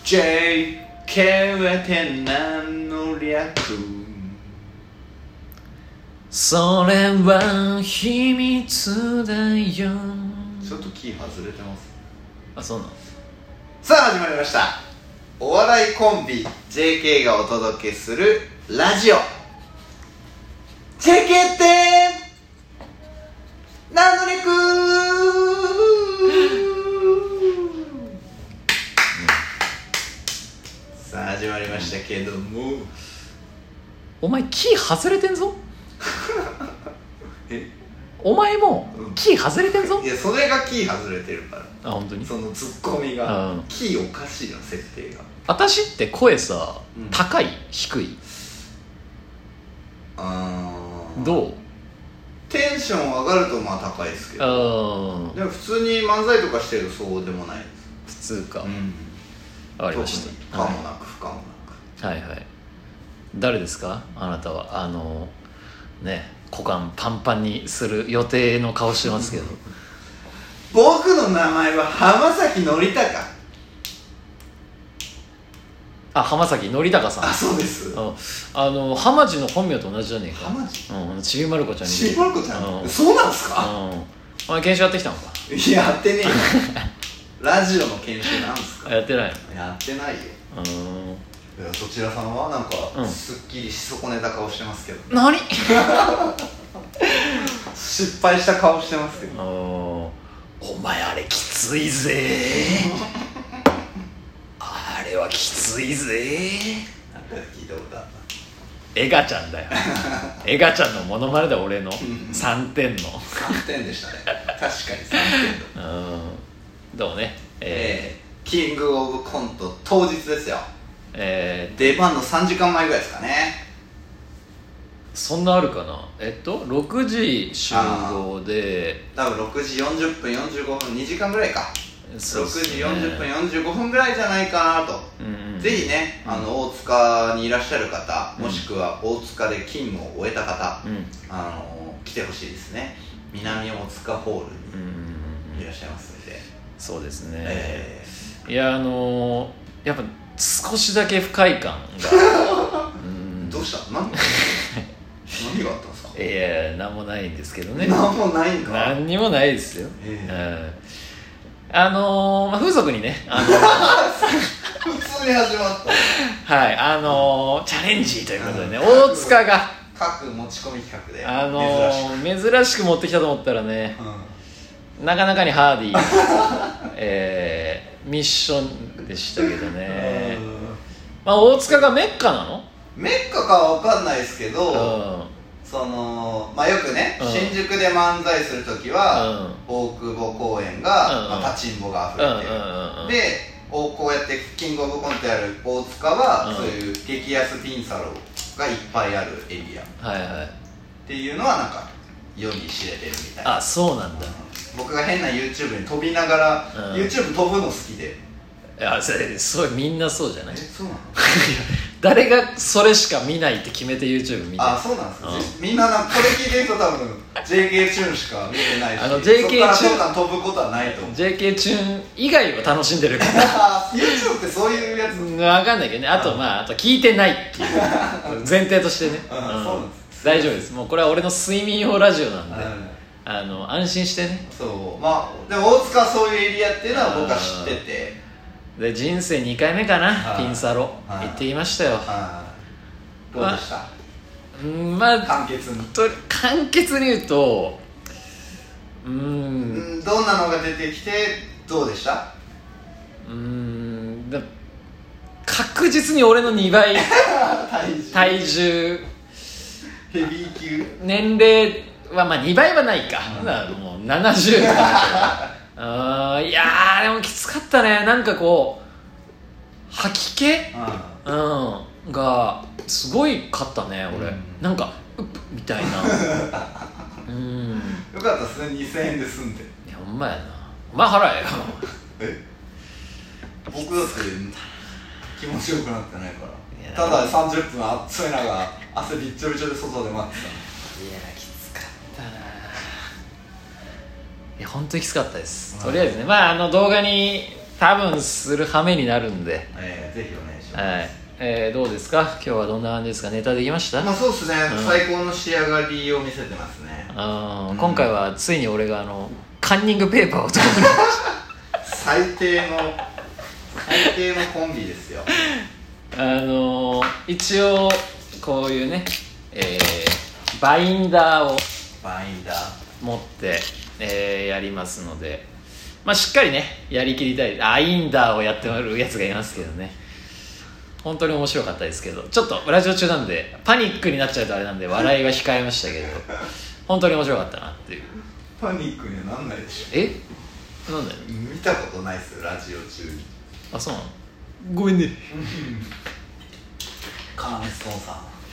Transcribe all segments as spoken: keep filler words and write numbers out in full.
ジェイケー って何の略？ それは秘密だよ。 ちょっとキー外れてます。 あ、そうなの。 さあ始まりました、お笑いコンビ ジェイケー がお届けするラジオ ジェイケー って何の略？さあ始まりましたけども、 お前キー外れてんぞえお前もキー外れてんぞ。 いや、それがキー外れてるから。 あ、本当に。 そのツッコミが、 うん、 キーおかしいの、設定が。 私って声さ、 うん、 高い低い？ あー、 どう？ テンション上がるとまあ高いですけど、 あ、 でも普通に漫才とかしてるとそうでもないです。 普通か。 うん、 わかりました。 かもなく不可もなく。 はいはい。誰ですかあなたは。あのね、股間パンパンにする予定の顔してますけど僕の名前は浜崎のりたか。 あ、浜崎のりたかさん。 あ、そうです。 ああの浜地の本名と同じじゃねえか。 浜地、 うん、ちびまる子ちゃんに。 ちびまる子ちゃん、 うん、 そうなんですか。 うん、お前研修やってきたのか。 いや、やってねえよラジオの研修なんですか。 やってないの。 やってないよ。 うん、 いや、そちらさんはなんか、 うん、 すっきりし損ねた顔してますけど。 何失敗した顔してますけど。 お前あれきついぜあれはきついぜ。 なんか聞いたことあった。 エガちゃんだよエガちゃんのモノマネだ俺のさんてんのさんてんでしたね。確かにさんてんだ。 うん、どうね、 えー、キングオブコント当日ですよ。 えー、 出番のさんじかんまえぐらいですかね。 そんなあるかな。えっとろくじ集合で多分ろくじよんじゅっぷんよんじゅうごふんにじかんぐらいか。 そうっすね、 ろくじよんじゅっぷんよんじゅうごふんぐらいじゃないかなと、うんうん、ぜひね、あの大塚にいらっしゃる方、うん、もしくは大塚で勤務を終えた方、うん、あの来てほしいですね。南大塚ホールにいらっしゃいますので、うんうんうん、 そうですね、 えー、いやあのー、やっぱ少しだけ不快感がうん、 どうした何何があったんですか。 いや、何もないんですけどね。 何もないんか。 何にもないですよ、 えー、 あのー、まあ、風俗にね、あのー、普通に始まったはい、あのー、チャレンジということでね、大塚が各持ち込み企画で、 あのー、珍しく持ってきたと思ったらね、うん、なかなかにハーディー、えー、ミッションでしたけどねまあ、大塚がメッカなの？ メッカかは分かんないですけど、 うん、 そのまあ、よくね、うん、新宿で漫才するときは、うん、大久保公園が、うん、まあ、立ちんぼが溢れてる、うんうん、でこうやってキングオブコントやる大塚は、うん、そういう激安ピンサロがいっぱいあるエリア、はいはい、っていうのはなんか世に知れてるみたいな。 あ、そうなんだ、うん、 僕が変な YouTube に飛びながら、うん、YouTube 飛ぶの好きで。 いや、それそうみんなそうじゃない？ え、そうなの誰がそれしか見ないって決めて YouTube 見て。 あ、そうなんですか、うん、みんなこれ聞いてる人多分 ジェイケー チューンしか見てないし、 あの ジェイケー チューンそっからそんなん飛ぶことはないと思う。 ジェイケー チューン以外は楽しんでるから YouTube ってそういうやつ分かんないけどね。あとまあ、あと聞いてないっていう前提としてね、うん、そうなんです。大丈夫です。もうこれは俺の睡眠用ラジオなんで、うん、あの安心してね。 そう、まあでも大塚はそういうエリアっていうのは僕は知ってて、 で人生にかいめかな、ピンサロ行ってきましたよ。 どうでした？ まあ、 簡潔にと簡潔に言うと、うーん、 どんなのが出てきてどうでした？ うーん、だ確実に俺のにばい体重、体重ヘビー級、 年齢はまあにばいはないか、うん、だからもうななじゅうとかあ、いやーでもきつかったね。なんかこう吐き気、うん、うん、がすごいかったね俺、うん、なんかうっみたいなうん、 よかったっすね、にせんえんで済んで。 いや、ほんまやな、お前払えよえ、僕だって気持ちよくなってないから。たださんじゅっぷん暑い中汗びっちょびちょで外で待ってた。いや、 きつかったな。いや、本当にきつかったです。とりあえずね、まああの動画に多分する羽目になるんで、 えー、ぜひお願いします。 はい、えー、どうですか今日は。どんな感じですか？ネタできました？ まあそうですね、うん、最高の仕上がりを見せてますね。 あ、うん、今回はついに俺があのカンニングペーパーを取りました最低の最低のコンビですよ。 あのー、一応こういうね、えー、バインダーをバインダー持って、えー、やりますので、まあ、しっかりねやりきりたい。アインダーをやってもらうやつがいますけどね、本当に面白かったですけど、ちょっとラジオ中なんでパニックになっちゃうとあれなんで笑いは控えましたけど本当に面白かったなっていう。 パニックにはなんないでしょ。 えなんだよ。 見たことないっすよラジオ中に。 あ、そうなの。ごめんねカーネストンさん。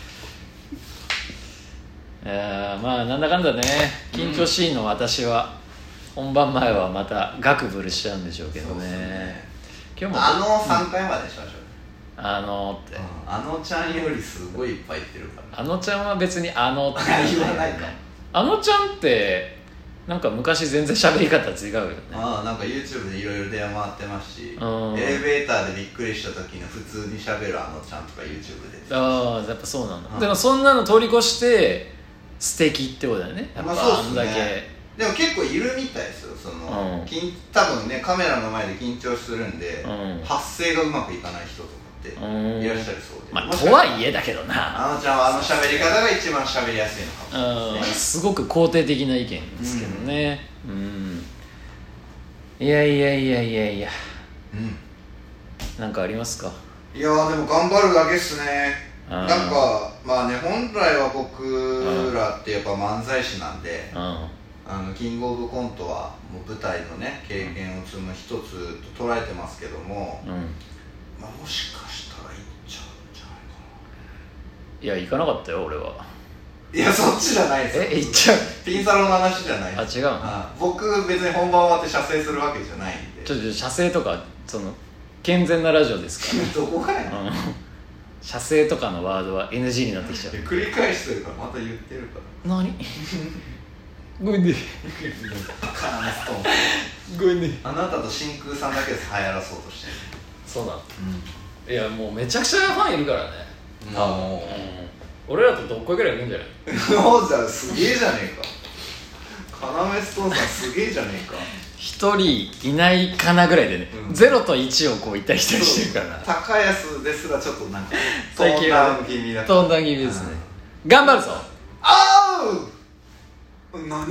えー、まあなんだかんだね緊張しいの私は、うん、本番前はまたガクブルしちゃうんでしょうけど ね, ね今日もあのさんかいまでしましょう、 うん、あのって、 うん、あのちゃんよりすごいいっぱい言ってるから。 あのちゃんは別にあのって言わないか。 あのちゃんってなんか昔全然喋り方違うよね。 ああ、なんか YouTube でいろいろ電話回ってますし、うん、エレベーターでびっくりした時の普通に喋るあのちゃんとか YouTube で。ああ、やっぱそうなんだ、うん、でもそんなの通り越して素敵ってことだよね。やっぱ、まあ、そうっすね、あんだけ。でも結構いるみたいですよ。その、うん、多分ねカメラの前で緊張するんで、うん、発声がうまくいかない人とかっていらっしゃるそうで、 まあ、とはいえだけどな、 あのちゃんはあの喋り方が一番喋りやすいのかもしれないですね。 すごく肯定的な意見ですけどね、うん、うん、いやいやいやいやいや、うん、なんかありますか？ いやーでも頑張るだけっすね。なんかまあね、本来は僕らってやっぱ漫才師なんで、うん、あのキングオブコントはもう舞台のね経験を積む一つと捉えてますけども、うん、まあ、もしかしたらいっちゃうんじゃないかな。 いや、行かなかったよ俺は。 いや、そっちじゃないですよ。 え、行っちゃう。 ピンサロの話じゃない。 あ、違うの。 あ、僕別に本番終わって射精するわけじゃないんで。 ちょっと射精とかその健全なラジオですからどこがやねん、うん、 射精とかのワードは エヌジー になってきちゃう。 繰り返してるからまた言ってるから。 何ごめんねカーネストーンごめんね。 あなたと真空さんだけで流行らそうとしてる。 そうなの、うん、いやもうめちゃくちゃファンいるからね。もう、うん、俺らとどっこいぐらいいるんじゃないそうじゃ、すげえじゃねえか。カナメストーンさんすげえじゃねえか。 一人いないかなぐらいでね、うん、ゼロといちをこう行ったり来たりしてるから。 高安ですらちょっとなんかトーンダウン気味だ。 トーンダウン気味ですね。頑張るぞ。 あう何